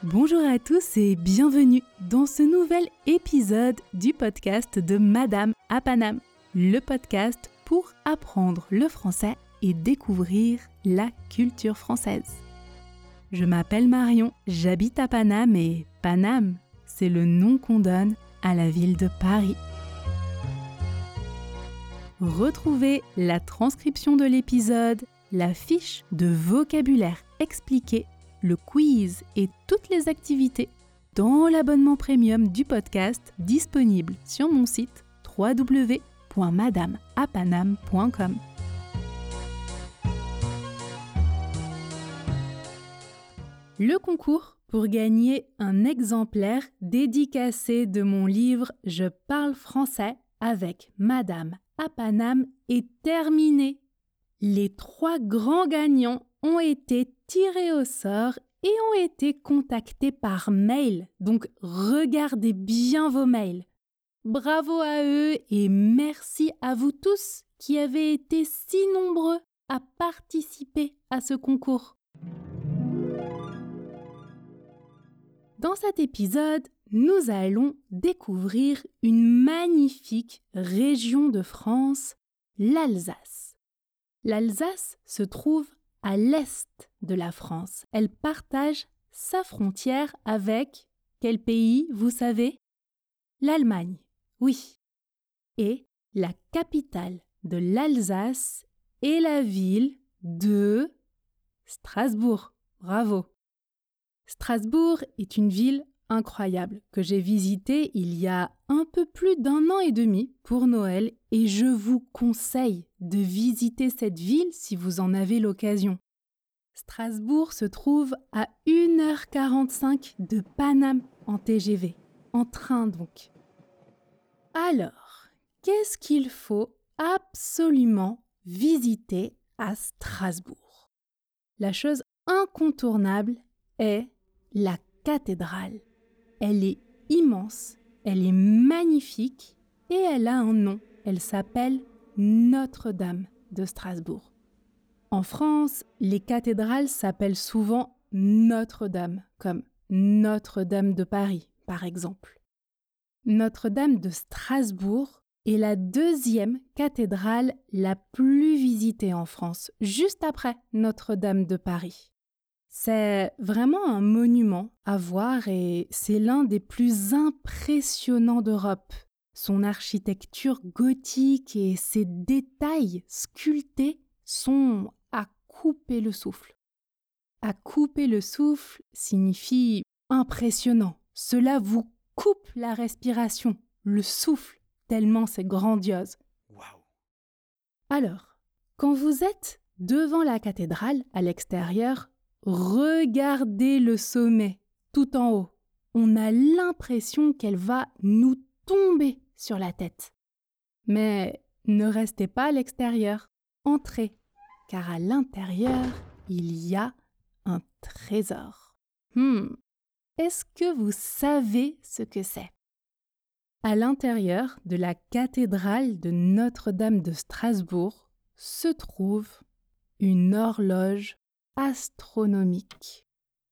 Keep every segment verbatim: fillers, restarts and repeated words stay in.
Bonjour à tous et bienvenue dans ce nouvel épisode du podcast de Madame à Paname, le podcast pour apprendre le français et découvrir la culture française. Je m'appelle Marion, j'habite à Paname et Paname, c'est le nom qu'on donne à la ville de Paris. Retrouvez la transcription de l'épisode, la fiche de vocabulaire expliquée, le quiz et toutes les activités dans l'abonnement premium du podcast disponible sur mon site w w w point madame à paname point com. Le concours pour gagner un exemplaire dédicacé de mon livre « Je parle français avec Madame à Paname » est terminé. Les trois grands gagnants ont été tirés au sort et ont été contactés par mail. Donc, regardez bien vos mails. Bravo à eux et merci à vous tous qui avez été si nombreux à participer à ce concours. Dans cet épisode, nous allons découvrir une magnifique région de France, l'Alsace. L'Alsace se trouve à l'est de la France. Elle partage sa frontière avec quel pays, vous savez? L'Allemagne, oui. Et la capitale de l'Alsace est la ville de Strasbourg. Bravo! Strasbourg est une ville incroyable que j'ai visitée il y a un peu plus d'un an et demi pour Noël et je vous conseille de visiter cette ville si vous en avez l'occasion. Strasbourg se trouve à une heure quarante-cinq de Paname en T G V, en train donc. Alors, qu'est-ce qu'il faut absolument visiter à Strasbourg? La chose incontournable est la cathédrale. Elle est immense, elle est magnifique et elle a un nom. Elle s'appelle Notre-Dame de Strasbourg. En France, les cathédrales s'appellent souvent Notre-Dame, comme Notre-Dame de Paris, par exemple. Notre-Dame de Strasbourg est la deuxième cathédrale la plus visitée en France, juste après Notre-Dame de Paris. C'est vraiment un monument à voir et c'est l'un des plus impressionnants d'Europe. Son architecture gothique et ses détails sculptés sont à couper le souffle. À couper le souffle signifie impressionnant. Cela vous coupe la respiration, le souffle, tellement c'est grandiose. Wow. Alors, quand vous êtes devant la cathédrale, à l'extérieur, regardez le sommet, tout en haut. On a l'impression qu'elle va nous tomber sur la tête. Mais ne restez pas à l'extérieur, entrez, car à l'intérieur, il y a un trésor. Hmm, est-ce que vous savez ce que c'est? À l'intérieur de la cathédrale de Notre-Dame de Strasbourg se trouve une horloge astronomique.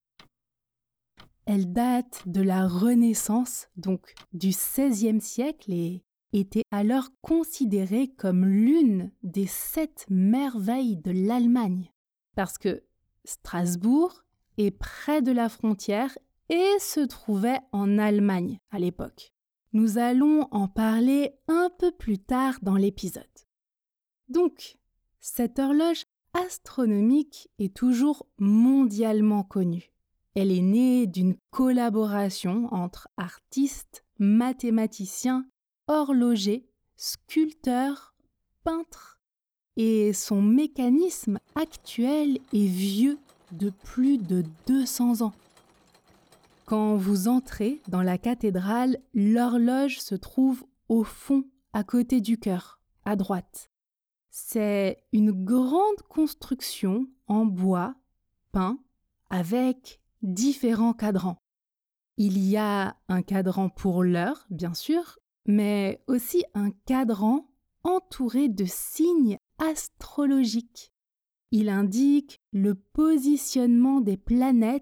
Elle date de la Renaissance, donc du seizième siècle, et était alors considérée comme l'une des sept merveilles de l'Allemagne, parce que Strasbourg est près de la frontière et se trouvait en Allemagne à l'époque. Nous allons en parler un peu plus tard dans l'épisode. Donc, cette horloge astronomique est toujours mondialement connue. Elle est née d'une collaboration entre artistes, mathématiciens, horlogers, sculpteurs, peintres, et son mécanisme actuel est vieux de plus de deux cents ans. Quand vous entrez dans la cathédrale, l'horloge se trouve au fond, à côté du chœur, à droite. C'est une grande construction en bois peint avec différents cadrans. Il y a un cadran pour l'heure, bien sûr, mais aussi un cadran entouré de signes astrologiques. Il indique le positionnement des planètes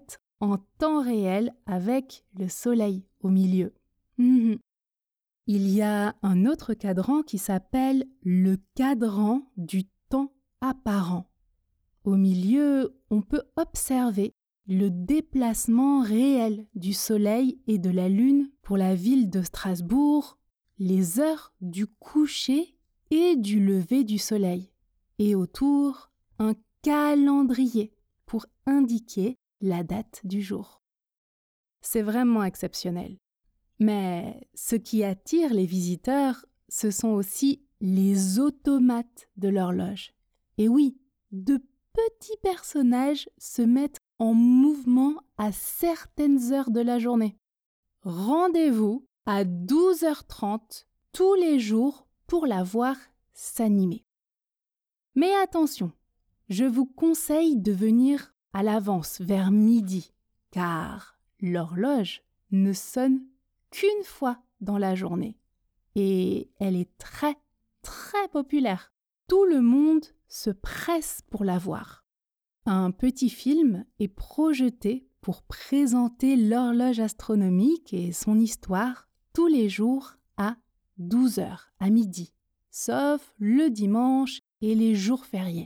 en temps réel avec le soleil au milieu. Mmh. Il y a un autre cadran qui s'appelle le cadran du temps apparent. Au milieu, on peut observer le déplacement réel du soleil et de la lune pour la ville de Strasbourg, les heures du coucher et du lever du soleil, et autour, un calendrier pour indiquer la date du jour. C'est vraiment exceptionnel. Mais ce qui attire les visiteurs, ce sont aussi les automates de l'horloge. Et oui, de petits personnages se mettent en mouvement à certaines heures de la journée. Rendez-vous à douze heures trente tous les jours pour la voir s'animer. Mais attention, je vous conseille de venir à l'avance vers midi, car l'horloge ne sonne qu'une fois dans la journée. Et elle est très, très populaire. Tout le monde se presse pour la voir. Un petit film est projeté pour présenter l'horloge astronomique et son histoire tous les jours à douze heures, à midi, sauf le dimanche et les jours fériés.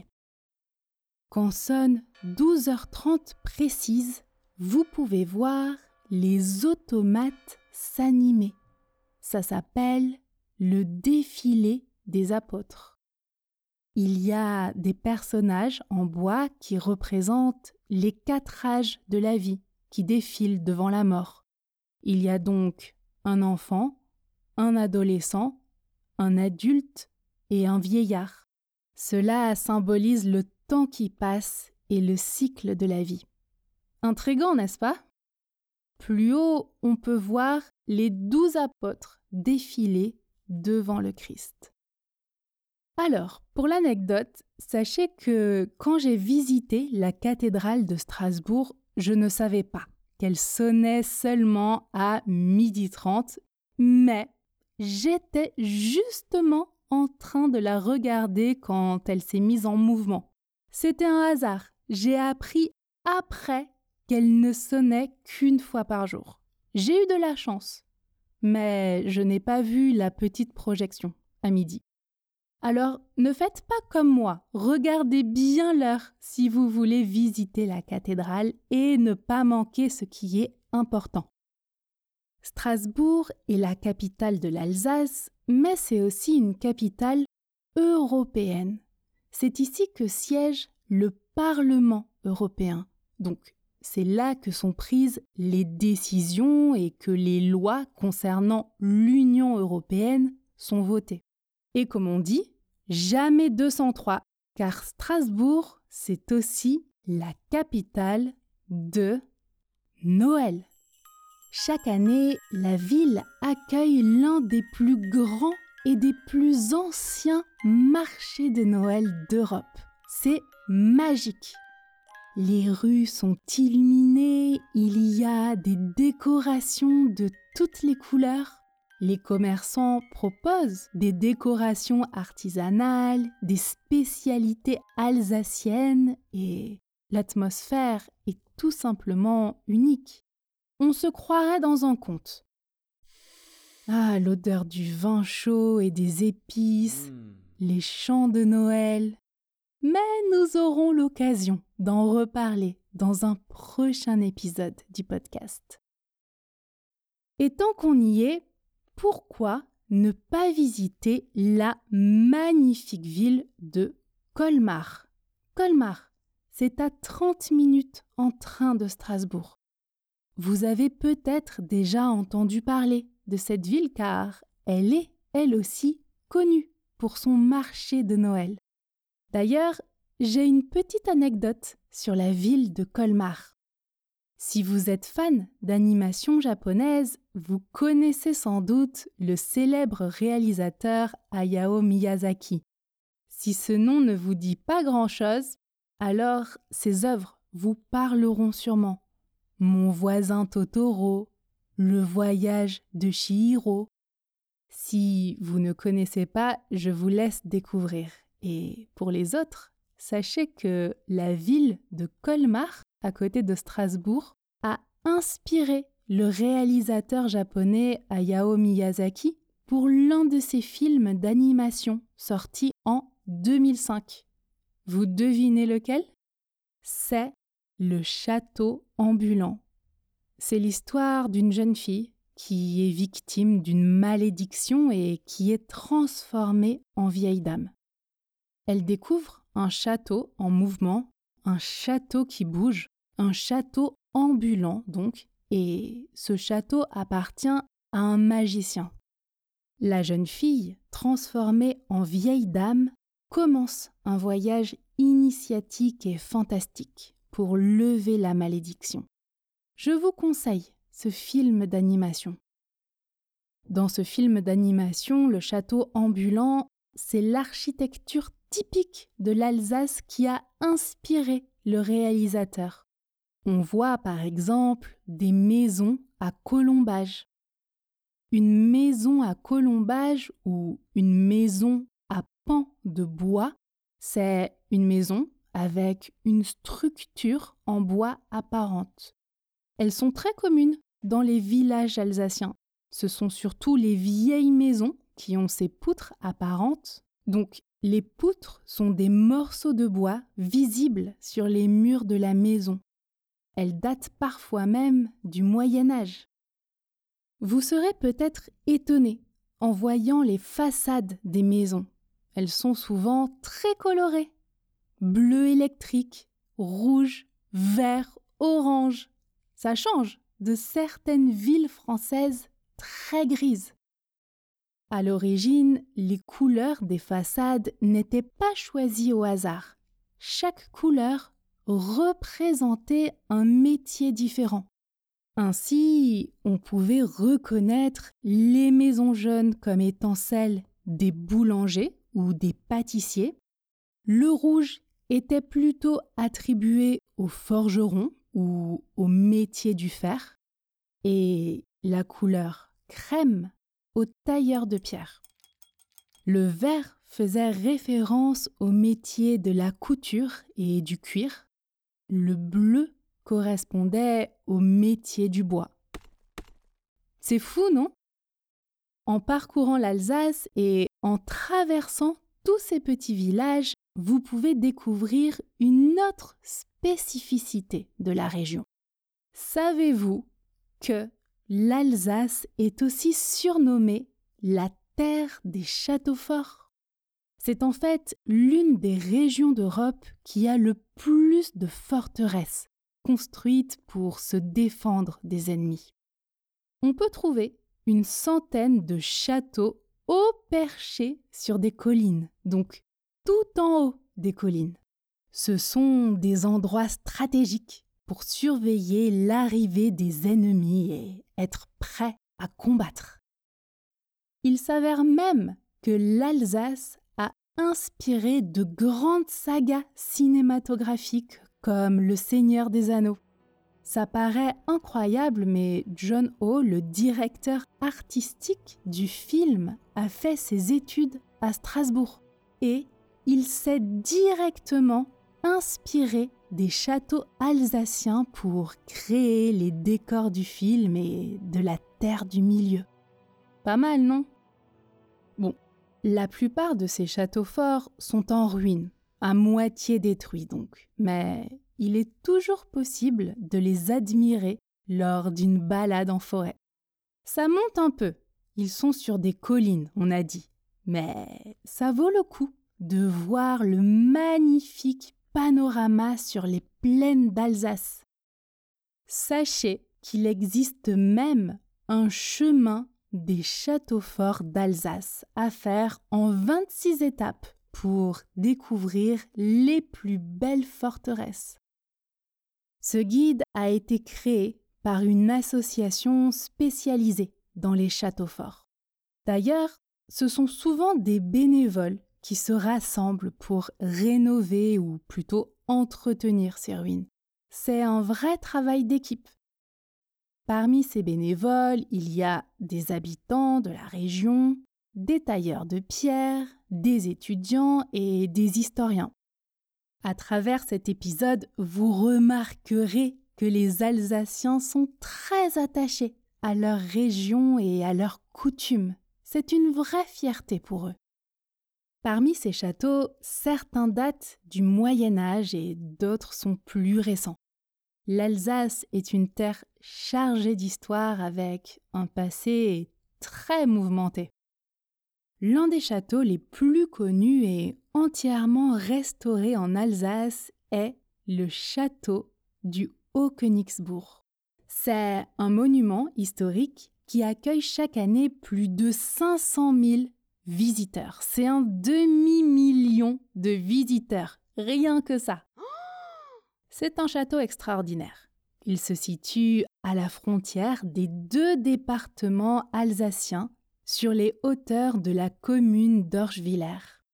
Quand sonne douze heures trente précise, vous pouvez voir les automates s'animer. Ça s'appelle le défilé des apôtres. Il y a des personnages en bois qui représentent les quatre âges de la vie qui défilent devant la mort. Il y a donc un enfant, un adolescent, un adulte et un vieillard. Cela symbolise le temps qui passe et le cycle de la vie. Intriguant, n'est-ce pas? Plus haut, on peut voir les douze apôtres défiler devant le Christ. Alors, pour l'anecdote, sachez que quand j'ai visité la cathédrale de Strasbourg, je ne savais pas qu'elle sonnait seulement à midi trente, mais j'étais justement en train de la regarder quand elle s'est mise en mouvement. C'était un hasard. J'ai appris après qu'elle ne sonnait qu'une fois par jour. J'ai eu de la chance, mais je n'ai pas vu la petite projection à midi. Alors, ne faites pas comme moi, regardez bien l'heure si vous voulez visiter la cathédrale et ne pas manquer ce qui est important. Strasbourg est la capitale de l'Alsace, mais c'est aussi une capitale européenne. C'est ici que siège le Parlement européen. Donc, c'est là que sont prises les décisions et que les lois concernant l'Union européenne sont votées. Et comme on dit, jamais deux cent trois, car Strasbourg, c'est aussi la capitale de Noël. Chaque année, la ville accueille l'un des plus grands et des plus anciens marchés de Noël d'Europe. C'est magique. Les rues sont illuminées, il y a des décorations de toutes les couleurs. Les commerçants proposent des décorations artisanales, des spécialités alsaciennes et l'atmosphère est tout simplement unique. On se croirait dans un conte. Ah, l'odeur du vin chaud et des épices, mmh. Les chants de Noël. Mais nous aurons l'occasion d'en reparler dans un prochain épisode du podcast. Et tant qu'on y est, pourquoi ne pas visiter la magnifique ville de Colmar? Colmar, c'est à trente minutes en train de Strasbourg. Vous avez peut-être déjà entendu parler de cette ville car elle est, elle aussi, connue pour son marché de Noël. D'ailleurs, j'ai une petite anecdote sur la ville de Colmar. Si vous êtes fan d'animation japonaise, vous connaissez sans doute le célèbre réalisateur Hayao Miyazaki. Si ce nom ne vous dit pas grand-chose, alors ses œuvres vous parleront sûrement. Mon voisin Totoro, Le voyage de Chihiro. Si vous ne connaissez pas, je vous laisse découvrir. Et pour les autres, sachez que la ville de Colmar, à côté de Strasbourg, a inspiré le réalisateur japonais Hayao Miyazaki pour l'un de ses films d'animation sorti en deux mille cinq. Vous devinez lequel ? C'est Le Château ambulant. C'est l'histoire d'une jeune fille qui est victime d'une malédiction et qui est transformée en vieille dame. Elle découvre un château en mouvement, un château qui bouge, un château ambulant donc, et ce château appartient à un magicien. La jeune fille, transformée en vieille dame, commence un voyage initiatique et fantastique pour lever la malédiction. Je vous conseille ce film d'animation. Dans ce film d'animation, le château ambulant, c'est l'architecture typique de l'Alsace qui a inspiré le réalisateur. On voit par exemple des maisons à colombage. Une maison à colombage ou une maison à pans de bois, c'est une maison avec une structure en bois apparente. Elles sont très communes dans les villages alsaciens. Ce sont surtout les vieilles maisons qui ont ces poutres apparentes. Donc, les poutres sont des morceaux de bois visibles sur les murs de la maison. Elles datent parfois même du Moyen Âge. Vous serez peut-être étonné en voyant les façades des maisons. Elles sont souvent très colorées. Bleu électrique, rouge, vert, orange. Ça change de certaines villes françaises très grises. À l'origine, les couleurs des façades n'étaient pas choisies au hasard. Chaque couleur représentait un métier différent. Ainsi, on pouvait reconnaître les maisons jaunes comme étant celles des boulangers ou des pâtissiers. Le rouge était plutôt attribué aux forgerons ou au métier du fer, et la couleur crème aux tailleurs de pierre. Le vert faisait référence au métier de la couture et du cuir. Le bleu correspondait au métier du bois. C'est fou, non ? En parcourant l'Alsace et en traversant tous ces petits villages, vous pouvez découvrir une autre spécificité de la région. Savez-vous que l'Alsace est aussi surnommée la terre des châteaux forts ? C'est en fait l'une des régions d'Europe qui a le plus de forteresses construites pour se défendre des ennemis. On peut trouver une centaine de châteaux haut perchés sur des collines, donc tout en haut des collines. Ce sont des endroits stratégiques pour surveiller l'arrivée des ennemis et être prêts à combattre. Il s'avère même que l'Alsace a inspiré de grandes sagas cinématographiques comme Le Seigneur des Anneaux. Ça paraît incroyable, mais John Ho, le directeur artistique du film, a fait ses études à Strasbourg et il s'est directement inspiré des châteaux alsaciens pour créer les décors du film et de la Terre du Milieu. Pas mal, non ? Bon, la plupart de ces châteaux forts sont en ruine, à moitié détruits donc, mais il est toujours possible de les admirer lors d'une balade en forêt. Ça monte un peu, ils sont sur des collines, on a dit, mais ça vaut le coup de voir le magnifique panorama sur les plaines d'Alsace. Sachez qu'il existe même un chemin des châteaux forts d'Alsace à faire en vingt-six étapes pour découvrir les plus belles forteresses. Ce guide a été créé par une association spécialisée dans les châteaux forts. D'ailleurs, ce sont souvent des bénévoles qui se rassemblent pour rénover ou plutôt entretenir ces ruines. C'est un vrai travail d'équipe. Parmi ces bénévoles, il y a des habitants de la région, des tailleurs de pierre, des étudiants et des historiens. À travers cet épisode, vous remarquerez que les Alsaciens sont très attachés à leur région et à leurs coutumes. C'est une vraie fierté pour eux. Parmi ces châteaux, certains datent du Moyen Âge et d'autres sont plus récents. L'Alsace est une terre chargée d'histoire avec un passé très mouvementé. L'un des châteaux les plus connus et entièrement restauré en Alsace est le château du Haut-Königsbourg. C'est un monument historique qui accueille chaque année plus de cinq cent mille visiteurs. C'est un demi-million de visiteurs, rien que ça. C'est un château extraordinaire. Il se situe à la frontière des deux départements alsaciens, sur les hauteurs de la commune d'Orschwiller.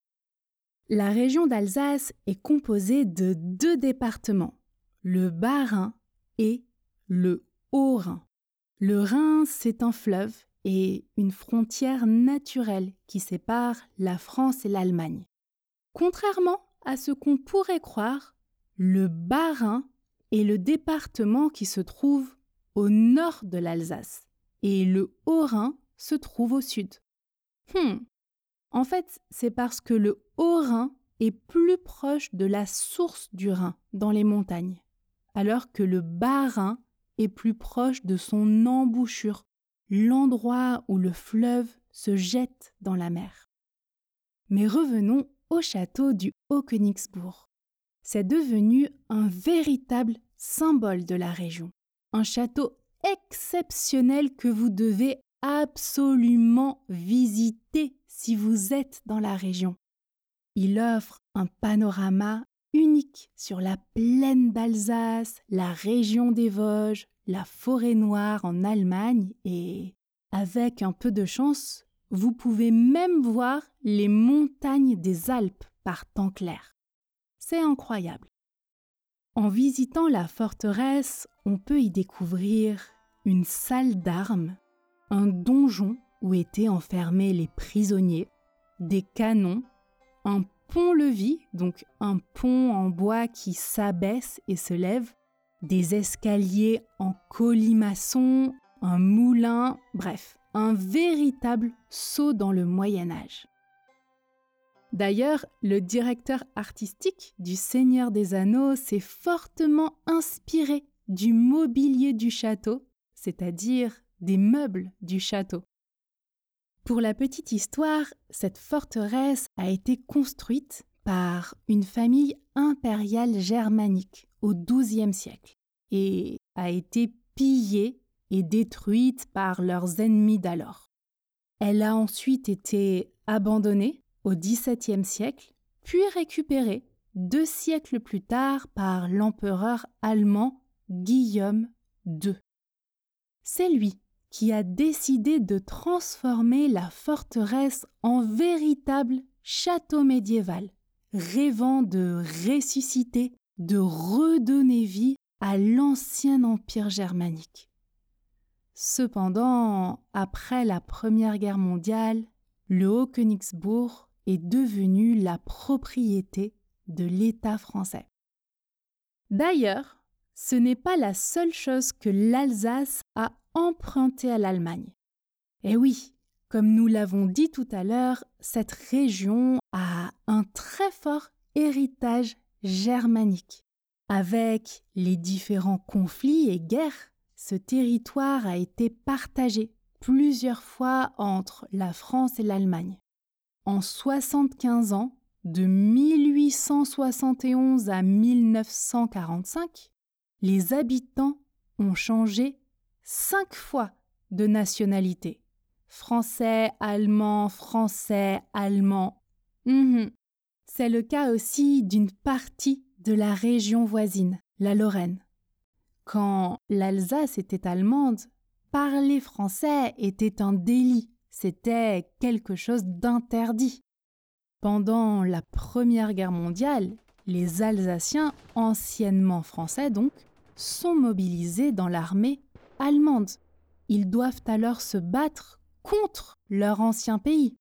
La région d'Alsace est composée de deux départements, le Bas-Rhin et le Haut-Rhin. Le Rhin, c'est un fleuve et une frontière naturelle qui sépare la France et l'Allemagne. Contrairement à ce qu'on pourrait croire, le Bas-Rhin est le département qui se trouve au nord de l'Alsace et le Haut-Rhin se trouve au sud. Hmm. En fait, c'est parce que le Haut-Rhin est plus proche de la source du Rhin dans les montagnes, alors que le Bas-Rhin est plus proche de son embouchure, l'endroit où le fleuve se jette dans la mer. Mais revenons au château du Haut-Königsbourg. C'est devenu un véritable symbole de la région, un château exceptionnel que vous devez absolument visiter si vous êtes dans la région. Il offre un panorama unique sur la plaine d'Alsace, la région des Vosges, la forêt noire en Allemagne et, avec un peu de chance, vous pouvez même voir les montagnes des Alpes par temps clair. C'est incroyable. En visitant la forteresse, on peut y découvrir une salle d'armes, un donjon où étaient enfermés les prisonniers, des canons, un pont-levis, donc un pont en bois qui s'abaisse et se lève, des escaliers en colimaçon, un moulin, bref, un véritable saut dans le Moyen-Âge. D'ailleurs, le directeur artistique du Seigneur des Anneaux s'est fortement inspiré du mobilier du château, c'est-à-dire des meubles du château. Pour la petite histoire, cette forteresse a été construite par une famille impériale germanique au douzième siècle et a été pillée et détruite par leurs ennemis d'alors. Elle a ensuite été abandonnée au dix-septième siècle, puis récupérée deux siècles plus tard par l'empereur allemand Guillaume deux. C'est lui qui a décidé de transformer la forteresse en véritable château médiéval, rêvant de ressusciter, de redonner vie à l'ancien empire germanique. Cependant, après la Première Guerre mondiale, le Haut-Königsbourg est devenu la propriété de l'État français. D'ailleurs, ce n'est pas la seule chose que l'Alsace a empruntée à l'Allemagne. Et oui, comme nous l'avons dit tout à l'heure, cette région a un très fort héritage germanique. Avec les différents conflits et guerres, ce territoire a été partagé plusieurs fois entre la France et l'Allemagne. En soixante-quinze ans, de mille huit cent soixante et onze à mille neuf cent quarante-cinq, les habitants ont changé cinq fois de nationalité. Français, allemand, français, allemand. Mmh. C'est le cas aussi d'une partie de la région voisine, la Lorraine. Quand l'Alsace était allemande, parler français était un délit, c'était quelque chose d'interdit. Pendant la Première Guerre mondiale, les Alsaciens, anciennement français donc, sont mobilisés dans l'armée allemande. Ils doivent alors se battre contre leur ancien pays.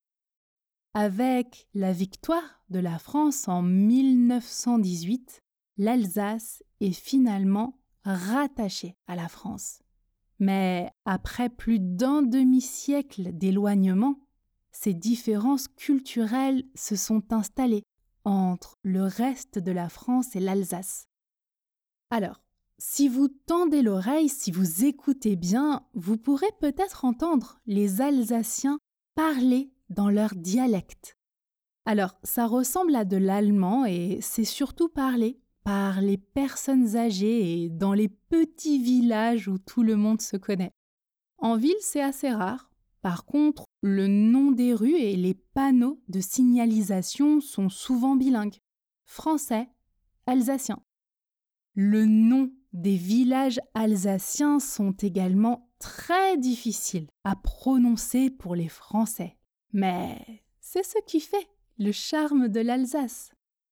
Avec la victoire de la France en mille neuf cent dix-huit, l'Alsace est finalement rattachés à la France. Mais après plus d'un demi-siècle d'éloignement, ces différences culturelles se sont installées entre le reste de la France et l'Alsace. Alors, si vous tendez l'oreille, si vous écoutez bien, vous pourrez peut-être entendre les Alsaciens parler dans leur dialecte. Alors, ça ressemble à de l'allemand et c'est surtout parlé par les personnes âgées et dans les petits villages où tout le monde se connaît. En ville, c'est assez rare. Par contre, le nom des rues et les panneaux de signalisation sont souvent bilingues. Français, alsacien. Le nom des villages alsaciens sont également très difficiles à prononcer pour les Français. Mais c'est ce qui fait le charme de l'Alsace.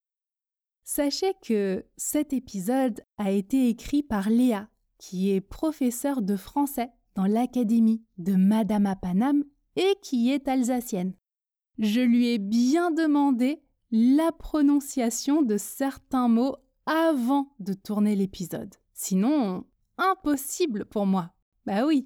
Sachez que cet épisode a été écrit par Léa, qui est professeure de français dans l'Académie de Madame à Paname et qui est alsacienne. Je lui ai bien demandé la prononciation de certains mots avant de tourner l'épisode. Sinon, impossible pour moi. Bah oui.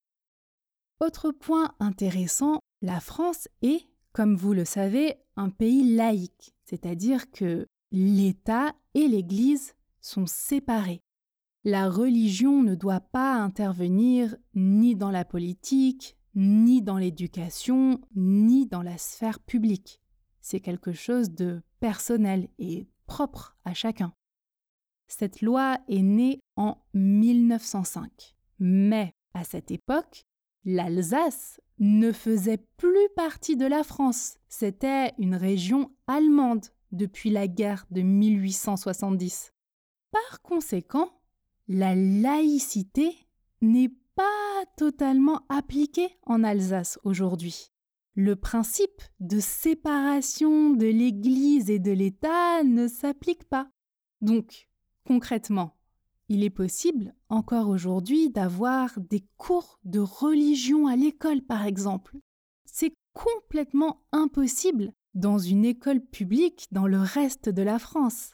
Autre point intéressant, la France est, comme vous le savez, un pays laïque, c'est-à-dire que l'État et l'Église sont séparés. La religion ne doit pas intervenir ni dans la politique, ni dans l'éducation, ni dans la sphère publique. C'est quelque chose de personnel et propre à chacun. Cette loi est née en mille neuf cent cinq. Mais à cette époque, l'Alsace ne faisait plus partie de la France. C'était une région allemande depuis la guerre de mille huit cent soixante-dix. Par conséquent, la laïcité n'est pas totalement appliquée en Alsace aujourd'hui. Le principe de séparation de l'Église et de l'État ne s'applique pas. Donc, concrètement, il est possible, encore aujourd'hui, d'avoir des cours de religion à l'école, par exemple. C'est complètement impossible dans une école publique dans le reste de la France.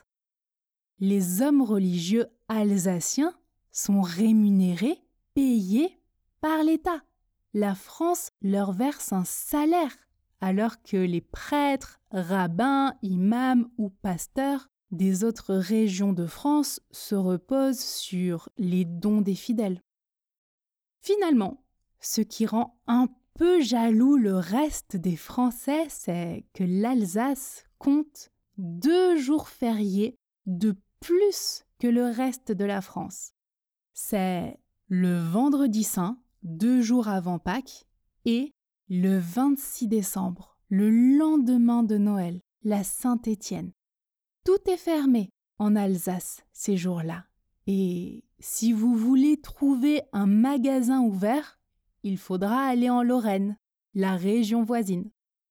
Les hommes religieux alsaciens sont rémunérés, payés par l'État. La France leur verse un salaire, alors que les prêtres, rabbins, imams ou pasteurs des autres régions de France se reposent sur les dons des fidèles. Finalement, ce qui rend un peu jaloux le reste des Français, c'est que l'Alsace compte deux jours fériés de plus que le reste de la France. C'est le vendredi saint, deux jours avant Pâques, et le vingt-six décembre, le lendemain de Noël, la Saint-Étienne. Tout est fermé en Alsace ces jours-là. Et si vous voulez trouver un magasin ouvert, il faudra aller en Lorraine, la région voisine.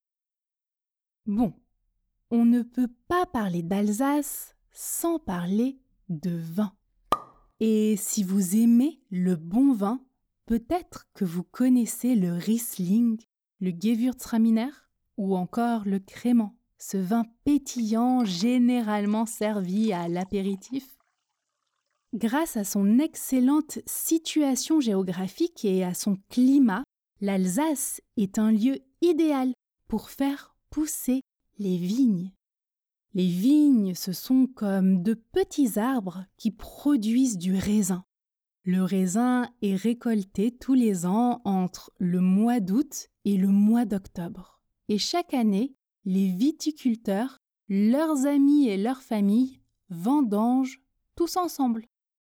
Bon, on ne peut pas parler d'Alsace sans parler de vin. Et si vous aimez le bon vin, peut-être que vous connaissez le Riesling, le Gewürztraminer ou encore le Crément, ce vin pétillant généralement servi à l'apéritif. Grâce à son excellente situation géographique et à son climat, l'Alsace est un lieu idéal pour faire pousser les vignes. Les vignes, ce sont comme de petits arbres qui produisent du raisin. Le raisin est récolté tous les ans entre le mois d'août et le mois d'octobre. Et chaque année, les viticulteurs, leurs amis et leurs familles vendangent tous ensemble.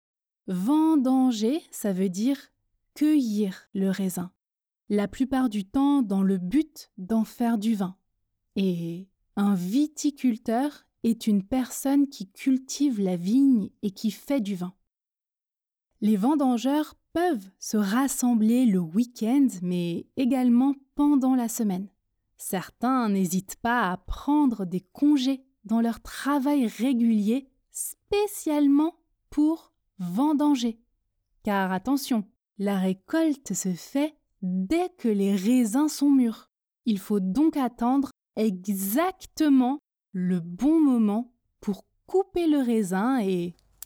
Vendanger, ça veut dire cueillir le raisin, la plupart du temps dans le but d'en faire du vin. Et un viticulteur est une personne qui cultive la vigne et qui fait du vin. Les vendangeurs peuvent se rassembler le week-end, mais également pendant la semaine. Certains n'hésitent pas à prendre des congés dans leur travail régulier spécialement pour vendanger. Car attention, la récolte se fait dès que les raisins sont mûrs. Il faut donc attendre exactement le bon moment pour couper le raisin et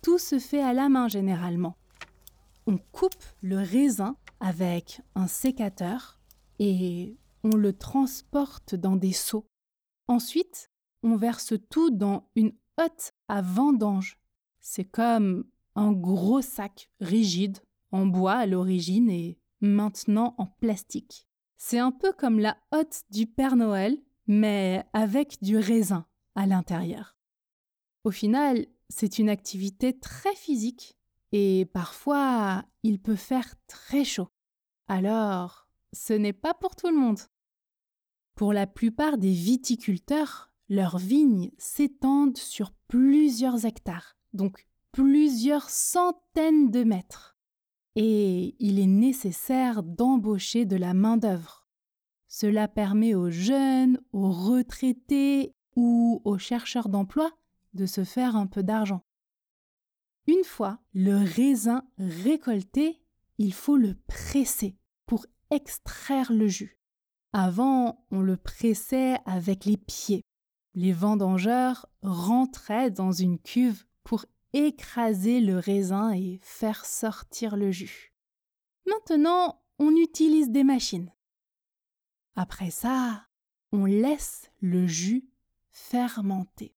tout se fait à la main généralement. On coupe le raisin avec un sécateur et on le transporte dans des seaux. Ensuite, on verse tout dans une hotte à vendange. C'est comme un gros sac rigide, en bois à l'origine et maintenant en plastique. C'est un peu comme la hotte du Père Noël, mais avec du raisin à l'intérieur. Au final, c'est une activité très physique et parfois, il peut faire très chaud. Alors, ce n'est pas pour tout le monde. Pour la plupart des viticulteurs, leurs vignes s'étendent sur plusieurs hectares, donc plusieurs centaines de mètres. Et il est nécessaire d'embaucher de la main-d'œuvre. Cela permet aux jeunes, aux retraités ou aux chercheurs d'emploi de se faire un peu d'argent. Une fois le raisin récolté, il faut le presser pour extraire le jus. Avant, on le pressait avec les pieds. Les vendangeurs rentraient dans une cuve pour écraser le raisin et faire sortir le jus. Maintenant, on utilise des machines. Après ça, on laisse le jus fermenter.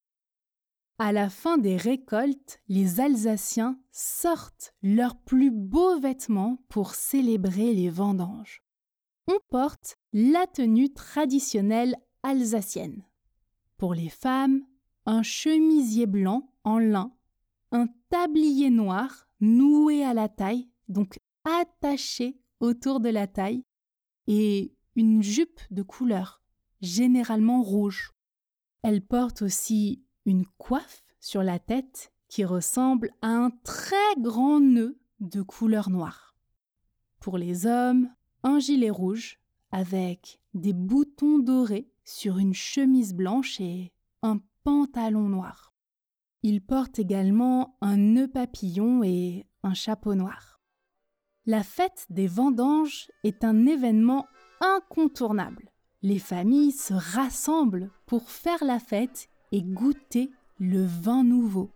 À la fin des récoltes, les Alsaciens sortent leurs plus beaux vêtements pour célébrer les vendanges. On porte la tenue traditionnelle alsacienne. Pour les femmes, un chemisier blanc en lin, un tablier noir noué à la taille, donc attaché autour de la taille, et une jupe de couleur, généralement rouge. Elle porte aussi une coiffe sur la tête qui ressemble à un très grand nœud de couleur noire. Pour les hommes, un gilet rouge avec des boutons dorés sur une chemise blanche et un pantalon noir. Ils portent également un nœud papillon et un chapeau noir. La fête des vendanges est un événement incontournable. Les familles se rassemblent pour faire la fête et goûter le vin nouveau.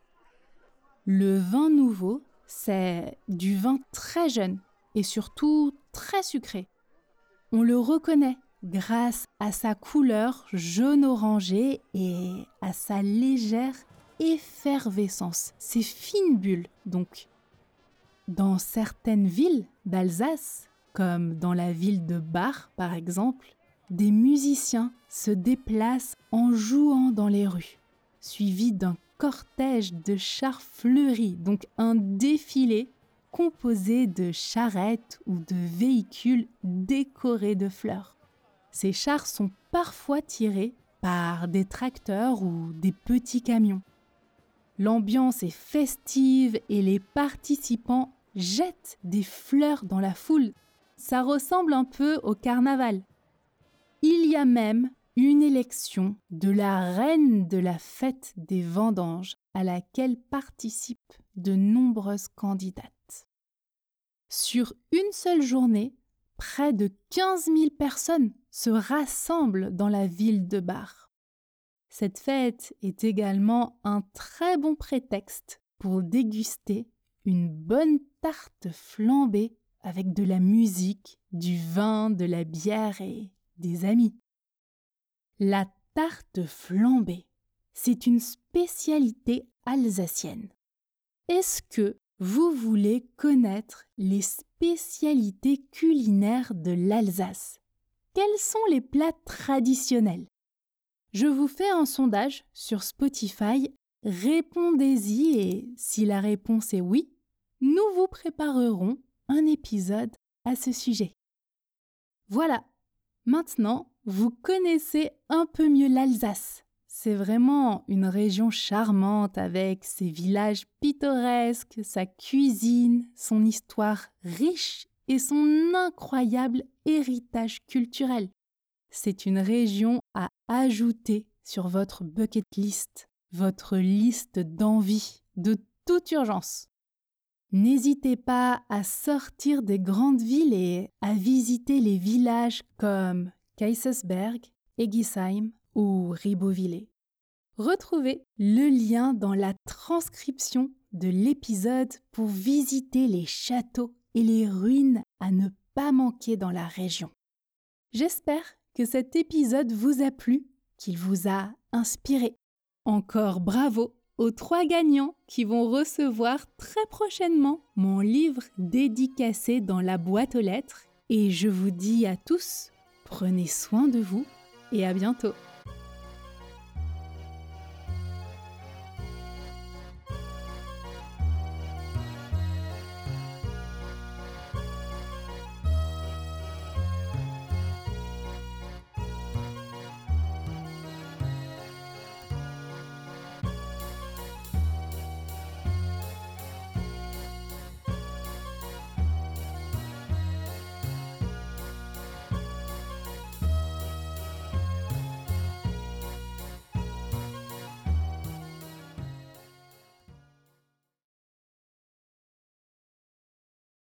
Le vin nouveau, c'est du vin très jeune et surtout très sucré. On le reconnaît grâce à sa couleur jaune-orangé et à sa légère effervescence, ses fines bulles donc. Dans certaines villes d'Alsace, comme dans la ville de Bar par exemple, des musiciens se déplacent en jouant dans les rues, suivis d'un cortège de chars fleuris, donc un défilé composé de charrettes ou de véhicules décorés de fleurs. Ces chars sont parfois tirés par des tracteurs ou des petits camions. L'ambiance est festive et les participants jettent des fleurs dans la foule. Ça ressemble un peu au carnaval. Il y a même une élection de la reine de la fête des vendanges à laquelle participent de nombreuses candidates. Sur une seule journée, près de quinze mille personnes se rassemblent dans la ville de Bar. Cette fête est également un très bon prétexte pour déguster une bonne tarte flambée avec de la musique, du vin, de la bière et des amis. La tarte flambée, c'est une spécialité alsacienne. Est-ce que vous voulez connaître les spécialités culinaires de l'Alsace? Quels sont les plats traditionnels? Je vous fais un sondage sur Spotify, répondez-y et si la réponse est oui, nous vous préparerons un épisode à ce sujet. Voilà, maintenant vous connaissez un peu mieux l'Alsace. C'est vraiment une région charmante avec ses villages pittoresques, sa cuisine, son histoire riche et son incroyable héritage culturel. C'est une région à ajouter sur votre bucket list, votre liste d'envies, de toute urgence. N'hésitez pas à sortir des grandes villes et à visiter les villages comme Kaysersberg, Egisheim ou Ribeauvillé. Retrouvez le lien dans la transcription de l'épisode pour visiter les châteaux et les ruines à ne pas manquer dans la région. J'espère que cet épisode vous a plu, qu'il vous a inspiré. Encore bravo aux trois gagnants qui vont recevoir très prochainement mon livre dédicacé dans la boîte aux lettres. Et je vous dis à tous, prenez soin de vous et à bientôt.